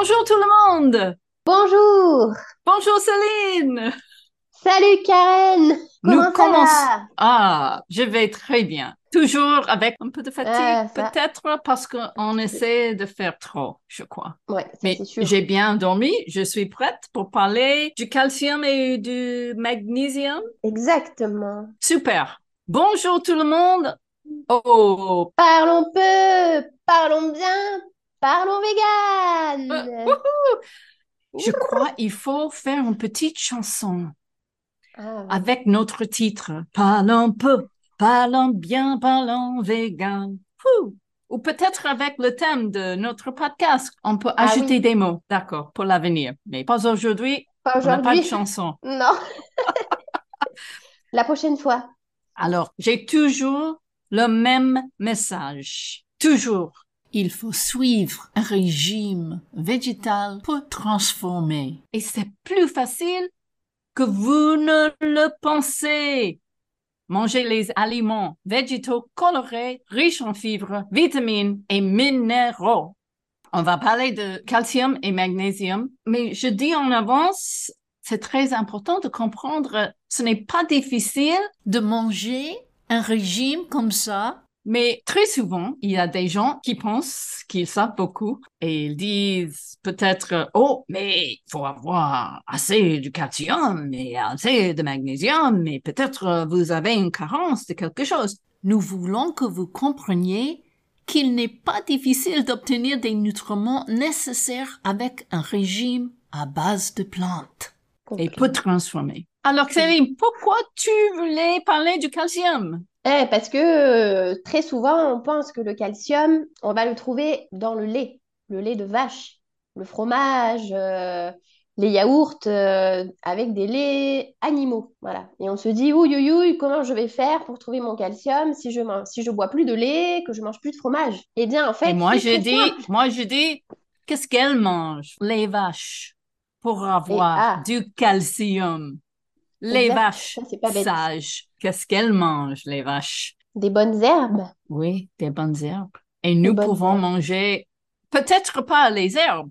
Bonjour tout le monde! Bonjour! Bonjour Céline! Salut Karen! Nous Comment ça commençons. va? Ah, je vais très bien. Toujours avec un peu de fatigue, Ah, ça, peut-être parce qu'on essaie de faire trop, je crois. ouais, ça c'est Mais j'ai sûr. bien dormi, je suis prête pour parler du calcium et du magnésium. Exactement. Super! Bonjour tout le monde! Oh, Parlons peu, parlons bien, parlons vegan! wouhou! Je crois qu'il faut faire une petite chanson Ah oui. avec notre titre. Parlons peu, parlons bien, parlons vegan. Ouh. Ou peut-être avec le thème de notre podcast, on peut Ah ajouter oui, des mots, d'accord, pour l'avenir. Mais pas aujourd'hui, pas on n'a pas de aujourd'hui. chanson. Non, la prochaine fois. Alors, j'ai toujours le même message. Toujours. Il faut suivre un régime végétal pour transformer. Et c'est plus facile que vous ne le pensez. Manger les aliments végétaux colorés, riches en fibres, vitamines et minéraux. On va parler de calcium et magnésium, mais je dis en avance, c'est très important de comprendre, ce n'est pas difficile de manger un régime comme ça, mais très souvent, il y a des gens qui pensent qu'ils savent beaucoup et ils disent peut-être, oh, mais il faut avoir assez de calcium et assez de magnésium, mais peut-être vous avez une carence de quelque chose. Nous voulons que vous compreniez qu'il n'est pas difficile d'obtenir des nutriments nécessaires avec un régime à base de plantes et Ok. peu transformé. Alors, Oui. Céline, pourquoi tu voulais parler du calcium? Parce que très souvent, on pense que le calcium, on va le trouver dans le lait de vache, le fromage, les yaourts avec des laits animaux. Voilà. Et on se dit, ouïe, ouïe, ouïe, comment je vais faire pour trouver mon calcium si je bois plus de lait, que je mange plus de fromage? Eh bien, en Et fait, c'est très simple. moi, je dis, qu'est-ce qu'elles mangent, les vaches, pour Et avoir ah, du calcium? Les exact, vaches ça, c'est pas bête. sages, qu'est-ce qu'elles mangent, les vaches? Des bonnes herbes, Oui, des bonnes herbes. Et des nous bonnes pouvons herbes. manger, peut-être pas les herbes,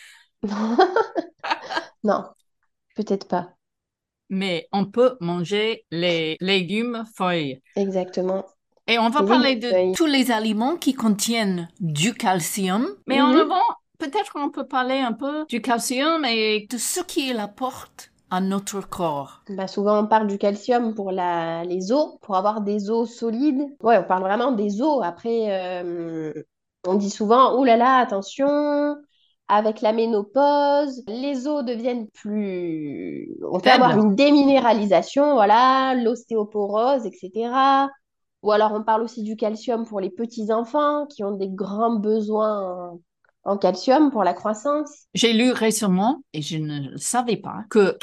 Non, peut-être pas. mais on peut manger les légumes feuilles. Exactement. Et on va Les parler légumes de feuilles. tous les aliments qui contiennent du calcium. Mais en Mhm. avant, peut-être on peut parler un peu du calcium et de ce qu'il apporte à notre corps. Bah, souvent, on parle du calcium pour les os, pour avoir des os solides. Ouais, on parle vraiment des os. Après, on dit souvent, oh là là, attention, avec la ménopause, les os deviennent plus... On peut avoir Faible. une déminéralisation, voilà, l'ostéoporose, etc. Ou alors, on parle aussi du calcium pour les petits-enfants qui ont des grands besoins en calcium pour la croissance. J'ai lu récemment, et je ne le savais pas, que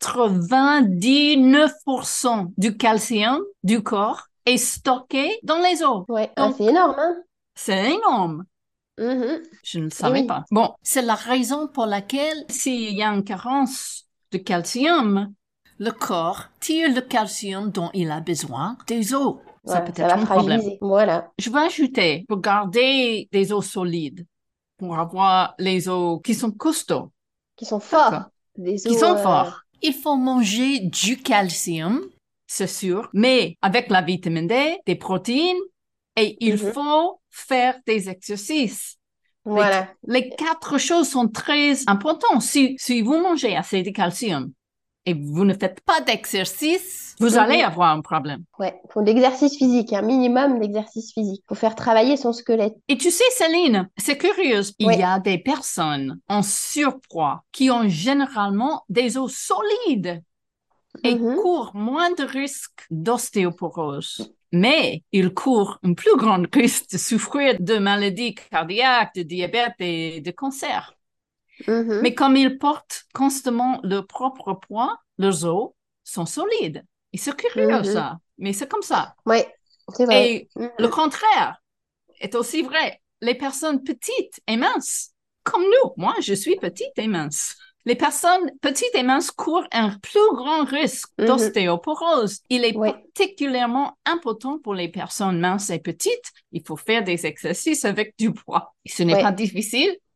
99% du calcium du corps est stocké dans les os. Ouais, ah, Donc, c'est énorme, hein? c'est énorme. Mhm. Je ne le Et savais oui. pas. Bon, c'est la raison pour laquelle, s'il y a une carence de calcium, le corps tire le calcium dont il a besoin des os. Ça Voilà, peut ça être va un problème. fragiliser. Voilà, Je vais ajouter, pour garder des os solides, pour avoir les os qui sont costauds, qui sont d'accord, forts, des qui os. sont forts. Il faut manger du calcium, c'est sûr, mais avec la vitamine D, des protéines, et il Mhm. faut faire des exercices. Les, Voilà. les quatre choses sont très importantes. Si vous mangez assez de calcium et vous ne faites pas d'exercice, vous allez Mhm. avoir un problème. Ouais, il faut de l'exercice physique, un minimum d'exercice physique. Il faut faire travailler son squelette. Et tu sais, Céline, c'est curieux. Il y Ouais. a des personnes en surpoids qui ont généralement des os solides et Mhm. courent moins de risques d'ostéoporose. Mais ils courent un plus grand risque de souffrir de maladies cardiaques, de diabète et de cancer. Mais Mhm. comme ils portent constamment leur propre poids, leurs os sont solides. Et c'est curieux, Mhm. ça. Mais c'est comme ça. Ouais, c'est vrai. Et le Mhm. contraire est aussi vrai. Les personnes petites et minces, comme nous, moi, je suis petite et mince. Les personnes petites et minces courent un plus grand risque Mhm. d'ostéoporose. Il est Ouais. particulièrement important pour les personnes minces et petites. Il faut faire des exercices avec du poids. Ce n'est pas Ouais. difficile,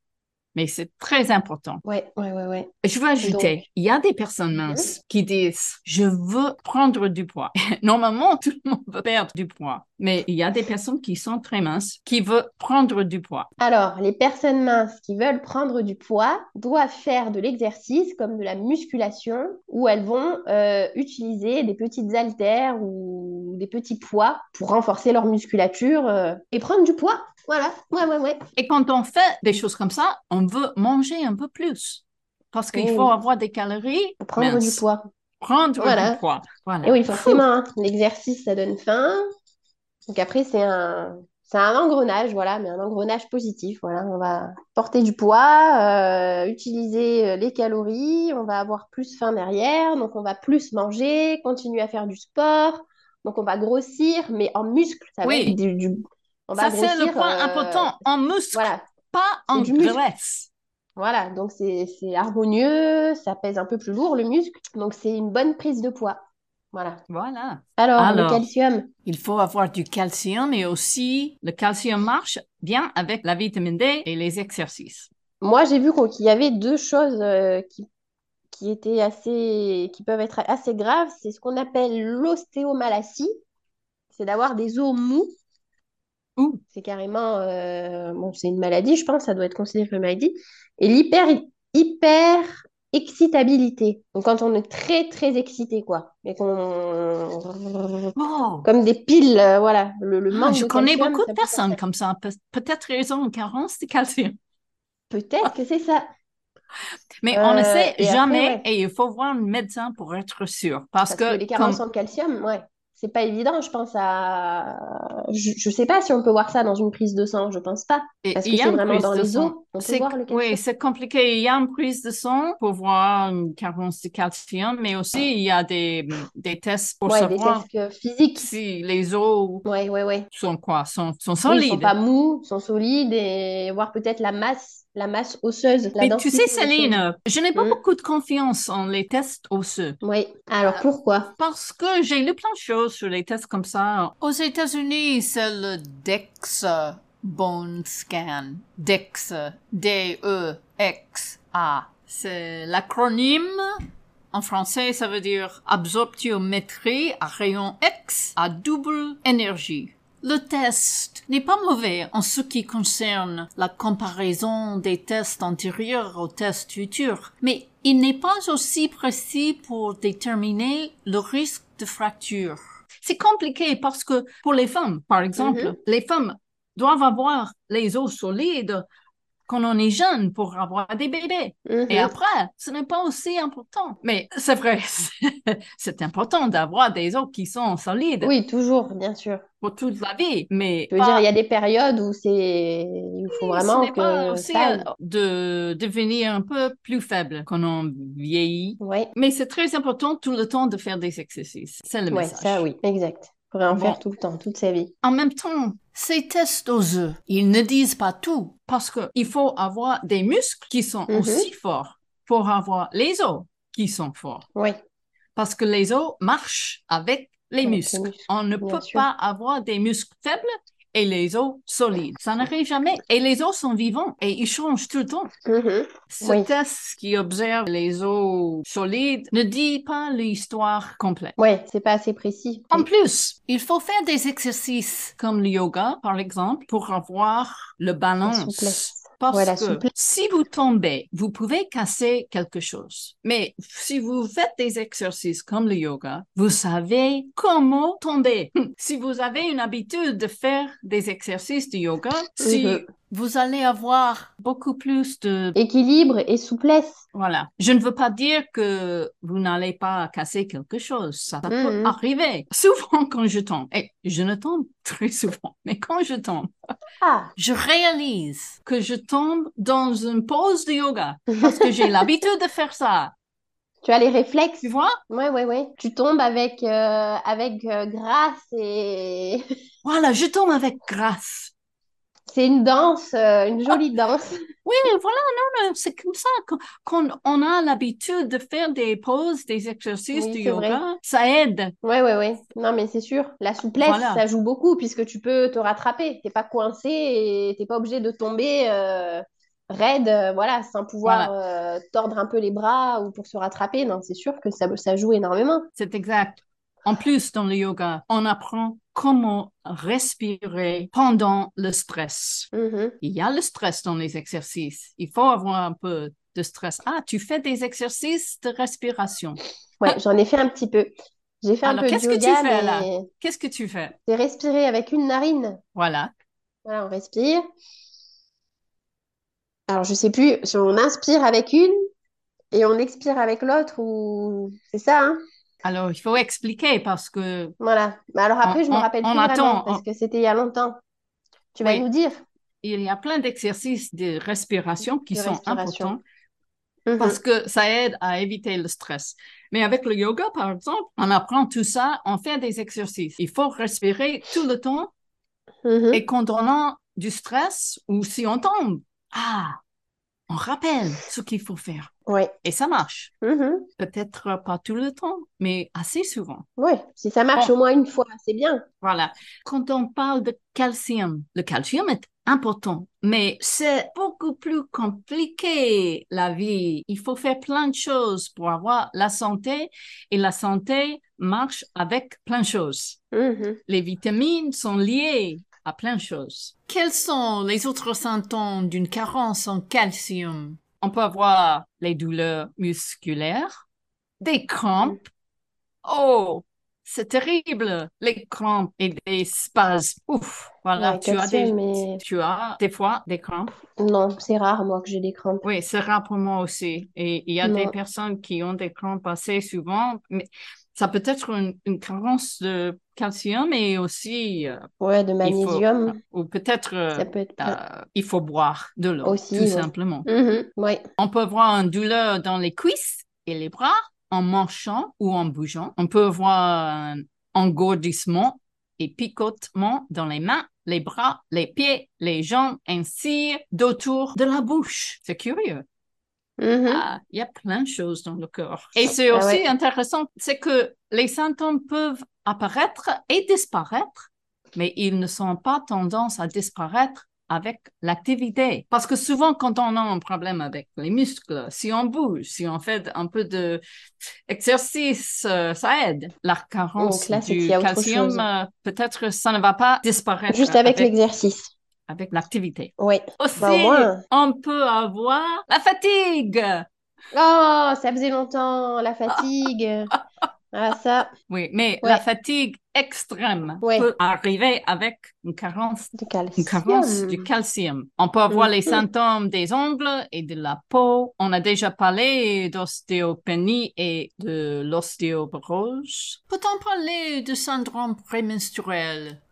mais c'est très important. Ouais, ouais, ouais, ouais. Je veux ajouter, Donc, il y a des personnes minces qui disent, je veux prendre du poids. Normalement, tout le monde veut perdre du poids, mais il y a des personnes qui sont très minces qui veulent prendre du poids. alors, les personnes minces qui veulent prendre du poids doivent faire de l'exercice comme de la musculation où elles vont utiliser des petites haltères ou des petits poids pour renforcer leur musculature et prendre du poids. Voilà, ouais, ouais, ouais. Et quand on fait des choses comme ça, on veut manger un peu plus parce qu'il Eh faut oui, avoir des calories pour prendre du minces, poids. prendre du Voilà. poids. Et Voilà. oui, forcément, hein, l'exercice, ça donne faim. Donc après, c'est un engrenage, voilà, mais un engrenage positif. Voilà, on va porter du poids, utiliser les calories, on va avoir plus faim derrière, donc on va plus manger, continuer à faire du sport, donc on va grossir, mais en muscle, ça va être Oui, on va ça c'est le grossir, point important, en muscle, voilà, pas c'est en du muscle. graisse. Voilà, donc c'est harmonieux, ça pèse un peu plus lourd le muscle, donc c'est une bonne prise de poids. Voilà. Voilà. Alors, le Alors, calcium. il faut avoir du calcium et aussi le calcium marche bien avec la vitamine D et les exercices. Moi, j'ai vu qu'il y avait deux choses qui peuvent être assez graves. C'est ce qu'on appelle l'ostéomalacie. C'est d'avoir des os mous. Ouh, C'est carrément, bon, c'est une maladie, je pense, ça doit être considéré comme une maladie. Et hyper excitabilité. Donc, quand on est très, très excité, quoi. Et oh, comme des piles, voilà. Le ah, manque je de connais calcium, beaucoup de ça peut faire personnes ça. comme ça. Peut-être ils ont une carence de calcium. Peut-être que c'est ça. Mais on ne sait Et après, jamais ouais. et il faut voir un médecin pour être sûr. Parce Parce que que les carences comme, en calcium, ouais, c'est pas évident. Je pense à. Je sais pas si on peut voir ça dans une prise de sang, je pense pas. et Parce il que y a c'est une vraiment prise dans de les os, sang. on peut voir le Oui, calcium. c'est compliqué. Il y a une prise de sang pour voir une carence de calcium, mais aussi il y a des tests pour Ouais, des savoir tests physiques. si les os Ouais, ouais, ouais. sont quoi, sont Oui, ils sont solides. pas mous, ils sont solides et voir peut-être la masse osseuse, la Mais tu sais, densité osseuse. Céline, je n'ai pas Hmm. beaucoup de confiance en les tests osseux. Oui. Alors pourquoi? Parce que j'ai lu plein de choses sur les tests comme ça. Aux États-Unis, c'est le DEXA Bone Scan. DEXA, D-E-X-A. C'est l'acronyme. En français, ça veut dire absorptiométrie à rayon X à double énergie. Le test n'est pas mauvais en ce qui concerne la comparaison des tests antérieurs aux tests futurs, mais il n'est pas aussi précis pour déterminer le risque de fracture. C'est compliqué parce que pour les femmes, par exemple, Mhm, les femmes doivent avoir les os solides quand on est jeune pour avoir des bébés. Et mhm. après, ce n'est pas aussi important. Mais c'est vrai, c'est important d'avoir des os qui sont solides Oui, toujours, bien sûr. pour toute la vie, mais Je veux dire, il y pas, a des périodes où il faut ce vraiment n'est pas que aussi ça aille. de devenir un peu plus faible quand on vieillit. Oui. Mais c'est très important tout le temps de faire des exercices. C'est le Ouais, ça message. oui, exact. Il faudrait en faire Bon, tout le temps, toute sa vie. en même temps, ces tests aux œufs, ils ne disent pas tout parce qu'il faut avoir des muscles qui sont aussi Mhm. forts pour avoir les os qui sont forts. Oui, Parce que les os marchent avec les avec les muscles. muscles, On ne bien peut sûr. pas avoir des muscles faibles et les os solides. Ça n'arrive jamais. Et les os sont vivants et ils changent tout le temps. Mhm. Ce Oui, test qui observe les os solides ne dit pas l'histoire complète. ouais, c'est pas assez précis. En plus, il faut faire des exercices comme le yoga, par exemple, pour avoir le La balance. souplesse. Ouais, Parce la que souplesse. si vous tombez, vous pouvez casser quelque chose. Mais si vous faites des exercices comme le yoga, vous savez comment tomber. Si vous avez une habitude de faire des exercices de yoga, si Mhm. vous allez avoir beaucoup plus de Équilibre et souplesse. voilà. Je ne veux pas dire que vous n'allez pas casser quelque chose. Ça peut Mhm. arriver. Souvent quand je tombe, et je ne tombe très souvent, mais quand je tombe, Ah, je réalise que je tombe dans une pose de yoga parce que j'ai l'habitude de faire ça. tu as les Tu réflexes. vois? Ouais, ouais, ouais. Tu tombes avec grâce et Voilà, je tombe avec grâce. c'est une danse, une jolie danse. Oui, voilà, non, non, c'est comme ça. Quand on a l'habitude de faire des pauses, des exercices Oui, de c'est vrai. yoga, ça aide. Ouais, ouais, ouais. Non, mais c'est sûr. La souplesse, Voilà. ça joue beaucoup puisque tu peux te rattraper. T'es pas coincé et t'es pas obligé de tomber raide, voilà, sans pouvoir tordre un peu les bras ou pour se rattraper. Non, c'est sûr que ça joue énormément. C'est exact. En plus, dans le yoga, on apprend comment respirer pendant le stress. Mhm. Il y a le stress dans les exercices. Il faut avoir un peu de stress. Ah, tu fais des exercices de respiration. Ouais, j'en ai fait un petit peu. J'ai fait un Alors, peu de qu'est-ce que tu yoga, fais là? mais Qu'est-ce que tu fais? c'est respirer avec une narine. Voilà. Voilà, on respire. Alors, je sais plus si on inspire avec une et on expire avec l'autre ou c'est ça, hein? Alors, il faut expliquer parce que Voilà. Mais alors après, je me rappelle on plus vraiment attend. parce que c'était il y a longtemps. Tu vas Oui, nous dire il y a plein d'exercices de respiration qui de sont respiration. importants parce Mhm. que ça aide à éviter le stress. Mais avec le yoga, par exemple, on apprend tout ça, on fait des exercices. Il faut respirer tout le temps et Mhm. quand on a du stress ou si on tombe, on rappelle ce qu'il faut faire. Ouais. Et ça marche. Mhm. Peut-être pas tout le temps, mais assez souvent. Ouais. Si ça marche Bon, au moins une fois, c'est bien. voilà. Quand on parle de calcium, le calcium est important, mais c'est beaucoup plus compliqué, la vie. Il faut faire plein de choses pour avoir la santé et la santé marche avec plein de choses. Mhm. Les vitamines sont liées à plein de choses. Quels sont les autres symptômes d'une carence en calcium? On peut avoir les douleurs musculaires, des crampes. Oh, c'est terrible, les crampes et des spasmes. Ouf, voilà, Ouais, calcium, mais tu as des fois des crampes. non, c'est rare, moi, que j'ai des crampes. Oui, c'est rare pour moi aussi. Et il y a des Non. personnes qui ont des crampes assez souvent, mais ça peut être une carence de calcium et aussi Ouais, de il faut, magnésium, ou peut-être ça peut être plein. il faut boire de l'eau, tout Aussi, ouais. simplement. Mhm. Ouais. On peut avoir une douleur dans les cuisses et les bras en marchant ou en bougeant. On peut avoir un engourdissement et picotement dans les mains, les bras, les pieds, les jambes, ainsi d'autour de la bouche. C'est curieux. Mhm. Ah, il y a plein de choses dans le corps. Et c'est Ah aussi ouais. intéressant, c'est que les symptômes peuvent apparaître et disparaître, mais ils ne sont pas tendance à disparaître avec l'activité. Parce que souvent, quand on a un problème avec les muscles, si on bouge, si on fait un peu de exercice, ça aide. La Donc carence là, c'est qu'il du y a autre calcium, chose. peut-être ça ne va pas disparaître Juste avec l'exercice. avec l'activité. Ouais. Bah au Aussi, moins. on peut avoir la fatigue. Oh, ça faisait longtemps, la fatigue. Ah, ça. Oui, mais la Ouais. fatigue extrême Ouais. peut arriver avec De une carence du calcium. calcium. On peut avoir les Mhm. symptômes des ongles et de la peau. On a déjà parlé d'ostéopénie et de l'ostéoporose. Peut-on parler de syndrome prémenstruel?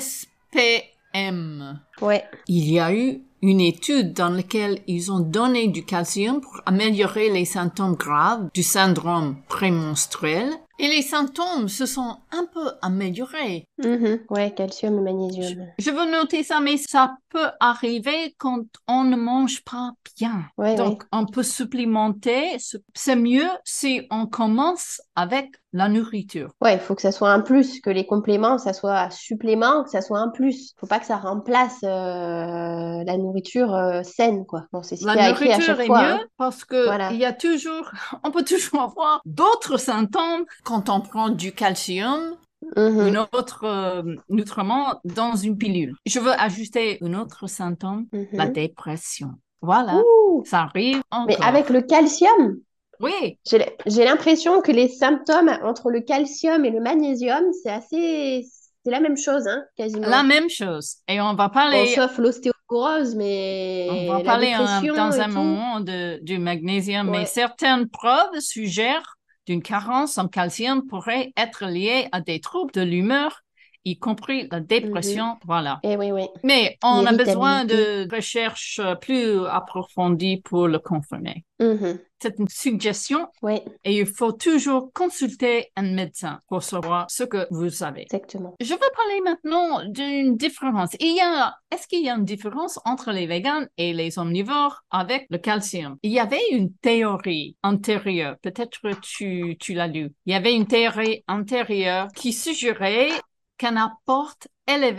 SPM. Ouais. Il y a eu une étude dans laquelle ils ont donné du calcium pour améliorer les symptômes graves du syndrome prémenstruel et les symptômes se sont un peu améliorés. Mhm. Ouais, calcium et magnésium. Je veux noter ça, mais ça peut arriver quand on ne mange pas bien. Ouais, ouais. Donc, on peut supplémenter. C'est mieux si on commence avec la nourriture. Ouais, il faut que ça soit un plus, que les compléments, ça soit un supplément, que ça soit un plus. Faut pas que ça remplace la nourriture saine, quoi. Bon, c'est ce La qu'il y a écrit à nourriture chaque est fois, mieux hein. parce que il Voilà. y a toujours, on peut toujours avoir d'autres symptômes quand on prend du calcium ou Mhm. un autre nutriment dans une pilule. Je veux ajouter un autre symptôme, la Mhm. dépression. Voilà, Ouh. ça arrive Mais avec encore. le calcium, Oui, j'ai l'impression que les symptômes entre le calcium et le magnésium, c'est la même chose, hein, la quasiment. même chose. Et Bon, sauf l'ostéoporose, on va mais la parler dépression dans et un tout. moment du magnésium, mais Ouais. certaines preuves suggèrent qu'une carence en calcium pourrait être liée à des troubles de l'humeur, y compris la Mhm. dépression. Voilà. Et oui, oui. Mais on a besoin L'irritabilité. de recherches plus approfondies pour le confirmer. Mhm. C'est une suggestion Oui, et il faut toujours consulter un médecin pour savoir ce que vous avez. exactement. Je veux parler maintenant d'une différence. Est-ce qu'il y a une différence entre les végans et les omnivores avec le calcium? Il y avait une théorie antérieure, peut-être tu l'as lu. Il y avait une théorie antérieure qui suggérait qu'un apport élevé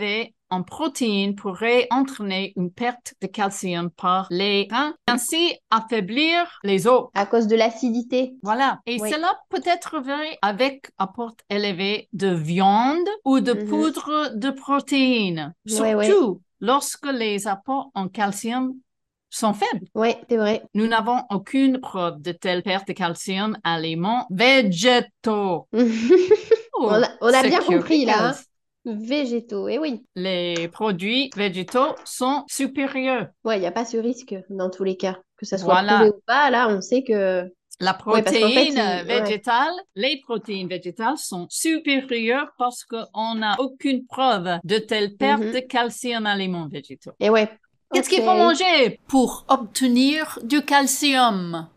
en protéines pourrait entraîner une perte de calcium par les reins, ainsi affaiblir les os. À cause de l'acidité. Voilà. Et Oui. cela peut être vrai avec apport élevé de viande ou de poudre de protéines, surtout lorsque les apports en calcium sont faibles. Oui, c'est vrai. Nous n'avons aucune preuve de telle perte de calcium aliments végétaux. On a bien curieux. compris là. Hein. Végétaux, et oui. Les produits végétaux sont supérieurs. Ouais, il n'y a pas ce risque dans tous les cas. Que ça soit prouvé ou pas, là, on sait que... La protéine végétale, les protéines végétales sont supérieures parce qu'on n'a aucune preuve de telle perte de calcium aliments végétaux. Et ouais. Qu'est-ce qu'il faut manger pour obtenir du calcium?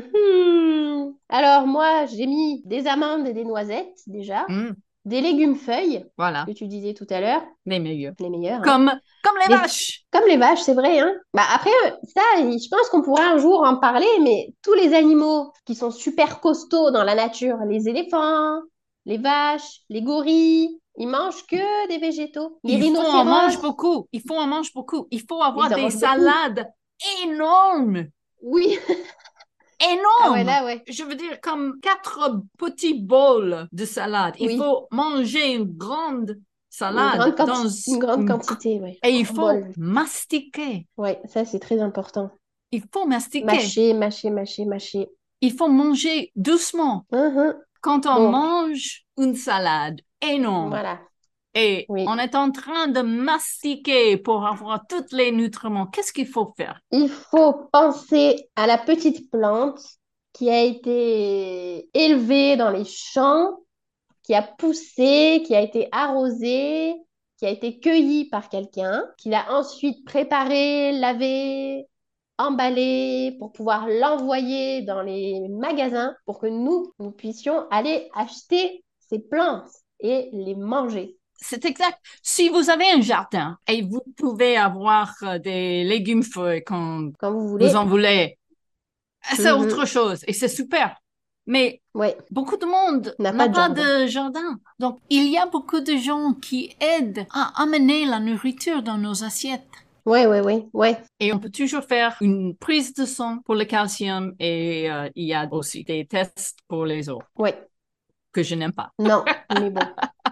Alors moi, j'ai mis des amandes et des noisettes déjà, des légumes feuilles, voilà, que tu disais tout à l'heure. Les meilleurs. Les meilleurs. Comme les vaches. Comme les vaches, c'est vrai. Hein. Bah, après, ça, je pense qu'on pourrait un jour en parler, mais tous les animaux qui sont super costauds dans la nature, les éléphants, les vaches, les gorilles, ils mangent que des végétaux. Les rhinocéros. Il faut en manger beaucoup. Il faut en manger beaucoup. Il faut avoir des salades énormes. Oui. Énorme. Ah ouais, là, ouais. Je veux dire, comme 4 petits bols de salade. Il faut manger une grande salade. Une grande quantité, oui. Et il faut mastiquer. Oui, ça, c'est très important. Il faut mastiquer. Mâcher. Il faut manger doucement. Quand on mange une salade énorme. Voilà. Et on est en train de mastiquer pour avoir tous les nutriments. Qu'est-ce qu'il faut faire? Il faut penser à la petite plante qui a été élevée dans les champs, qui a poussé, qui a été arrosée, qui a été cueillie par quelqu'un, qui l'a ensuite préparée, lavée, emballée pour pouvoir l'envoyer dans les magasins pour que nous puissions aller acheter ces plantes et les manger. C'est exact. Si vous avez un jardin et vous pouvez avoir des légumes feuilles quand vous en voulez, c'est autre chose et c'est super. Mais beaucoup de monde n'a pas de jardin. Donc, il y a beaucoup de gens qui aident à amener la nourriture dans nos assiettes. Ouais. Et on peut toujours faire une prise de sang pour le calcium et il y a aussi des tests pour les os. Ouais. Que je n'aime pas. Non, mais bon.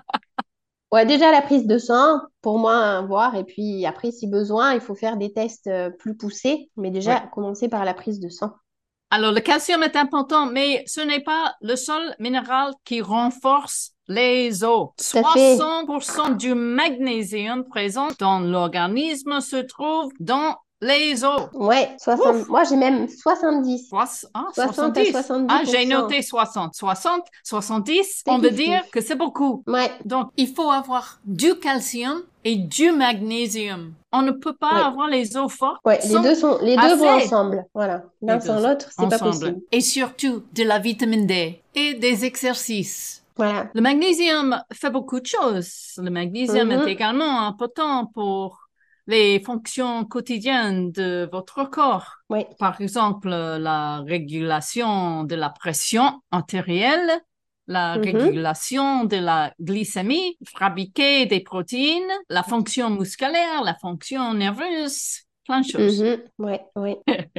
Ouais, déjà la prise de sang, pour moi, voir. Et puis après, si besoin, il faut faire des tests plus poussés. Mais déjà, commencer par la prise de sang. Alors, le calcium est important, mais ce n'est pas le seul minéral qui renforce les os. 60% du magnésium présent dans l'organisme se trouve dans les os. Ouais, 60. Moi, j'ai même 70. 60 à 70%. Ah, j'ai noté 60. 60, 70, on veut dire que c'est beaucoup. Ouais. Donc, il faut avoir du calcium et du magnésium. On ne peut pas avoir les os forts. Ouais, les deux vont ensemble. Voilà. L'un sans l'autre, c'est pas possible. Et surtout, de la vitamine D et des exercices. Voilà. Le magnésium fait beaucoup de choses. Le magnésium est également important pour les fonctions quotidiennes de votre corps. Oui. Par exemple, la régulation de la pression artérielle, la régulation de la glycémie, fabriquer des protéines, la fonction musculaire, la fonction nerveuse, plein de choses. Oui.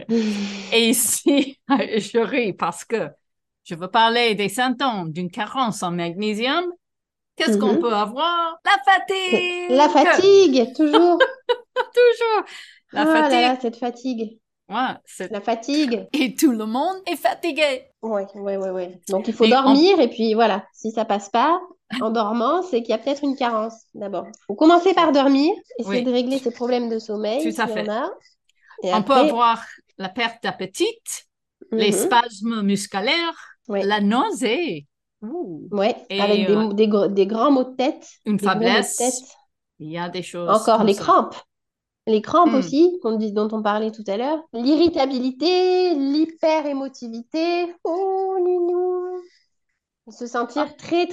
Et ici, je ris parce que je veux parler des symptômes d'une carence en magnésium. Qu'est-ce qu'on peut avoir? La fatigue! La fatigue, toujours. Toujours. La fatigue. Là là, cette fatigue. Ouais, la fatigue. Et tout le monde est fatigué. Ouais. Donc, il faut dormir et puis voilà, si ça passe pas, en dormant, c'est qu'il y a peut-être une carence d'abord. Il faut commencer par dormir, essayer de régler ses problèmes de sommeil. Tout à fait. On peut avoir la perte d'appétit, les spasmes musculaires, la nausée. Ouais, avec des grands maux de tête. Une faiblesse. Il y a des choses. Encore les crampes. Les crampes aussi, dont on parlait tout à l'heure. L'irritabilité, l'hyperémotivité. Oh, nounou. Se sentir très,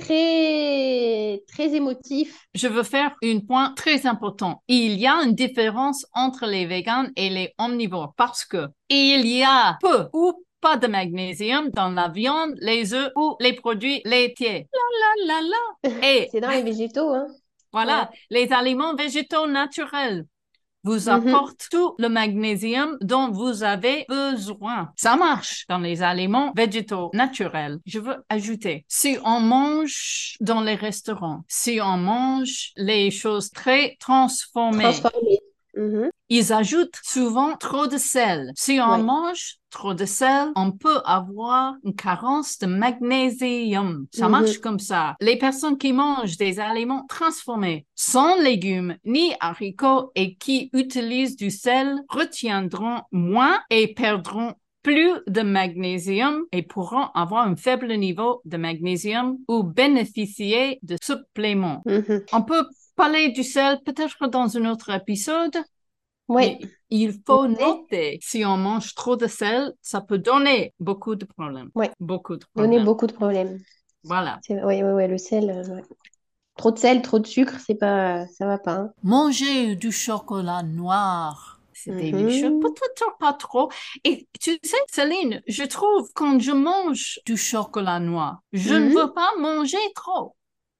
très, très émotif. Je veux faire un point très important. Il y a une différence entre les végans et les omnivores parce que il y a peu ou pas de magnésium dans la viande, les œufs ou les produits laitiers. Et c'est dans les végétaux, hein. Voilà, les aliments végétaux naturels vous Mhm. apportent tout le magnésium dont vous avez besoin. Ça marche dans les aliments végétaux naturels. Je veux ajouter, si on mange dans les restaurants, si on mange les choses très transformées, Transformé. Mhm. ils ajoutent souvent trop de sel. Si on Ouais. mange trop de sel, on peut avoir une carence de magnésium. Ça marche Mhm. comme ça. Les personnes qui mangent des aliments transformés, sans légumes ni haricots et qui utilisent du sel retiendront moins et perdront plus de magnésium et pourront avoir un faible niveau de magnésium ou bénéficier de suppléments. Mhm. On peut parler du sel peut-être dans un autre épisode. Ouais. Il faut Donner, noter, si on mange trop de sel, ça peut donner beaucoup de problèmes. ouais. Beaucoup de Donner problèmes. beaucoup de problèmes. Voilà. Ouais, le sel. Ouais. Trop de sel, trop de sucre, c'est pas, ça va pas. Hein. Manger du chocolat noir, c'est délicieux. Mhm. Peut-être pas trop. Et tu sais, Céline, je trouve quand je mange du chocolat noir, je ne Mhm. veux pas manger trop.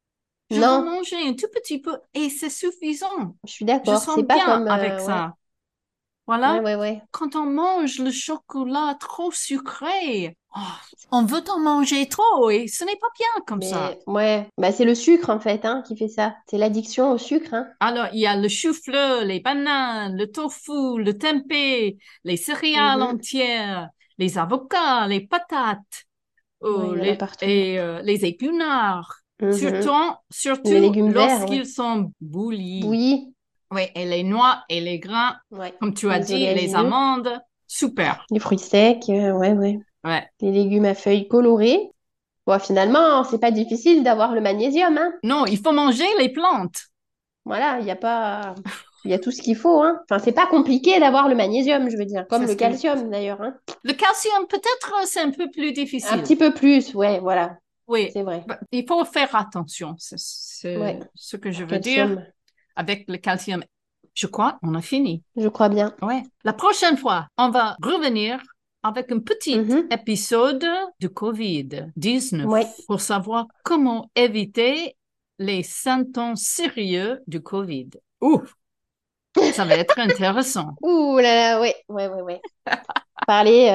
Je veux Non, manger un tout petit peu et c'est suffisant. je suis Je d'accord. C'est sens pas bien comme, avec ouais, ça. Voilà. ouais. Quand on mange le chocolat trop sucré, on veut en manger trop et ce n'est pas bien comme ça. Mais ouais, bah c'est le sucre en fait, hein, qui fait ça. C'est l'addiction au sucre, hein. Alors, il y a le chou-fleur, les bananes, le tofu, le tempeh, les céréales Mhm. entières, les avocats, les patates, Ouais, il y en a partout. les épinards. Mhm. Les Surtout légumes verts, ouais. lorsqu'ils sont bouillis. Bouillis, Oui, et les noix et les grains, ouais. comme tu as Les dit, les oléagineux, amandes, super. les fruits secs, ouais. Ouais. Les légumes à feuilles colorées. Bon, finalement, c'est pas difficile d'avoir le magnésium, hein. Non, il faut manger les plantes. Voilà, il y a pas... Il y a tout ce qu'il faut, hein. Enfin, c'est pas compliqué d'avoir le magnésium, je veux dire. Comme C'est le ce que calcium, d'ailleurs, hein. Le calcium, peut-être, c'est un peu plus Un difficile. petit peu plus, ouais, voilà. Oui, C'est vrai. bah, il faut faire attention. Ouais, C'est ce que je veux dire calcium, avec le calcium. Je crois on a fini. je crois bien. Ouais. La prochaine fois, on va revenir avec un petit Mhm. épisode du COVID-19 Ouais. pour savoir comment éviter les symptômes sérieux du COVID. Ouf, ça va être intéressant. Ouh là là, ouais. Parler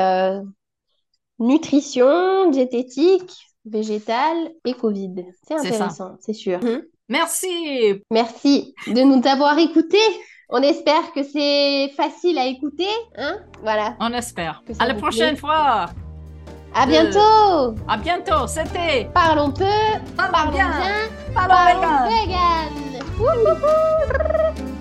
nutrition, diététique, végétale et Covid. C'est C'est ça. intéressant, c'est sûr. Mhm. Merci. Merci de nous avoir écoutés. On espère que c'est facile à écouter, hein? Voilà, On espère. que À ça la vous prochaine plaît. fois. À De... bientôt! À bientôt. C'était Parlons peu, Parlons parlons bien. bien, Parlons parlons vegan. vegan! Wouhouhou!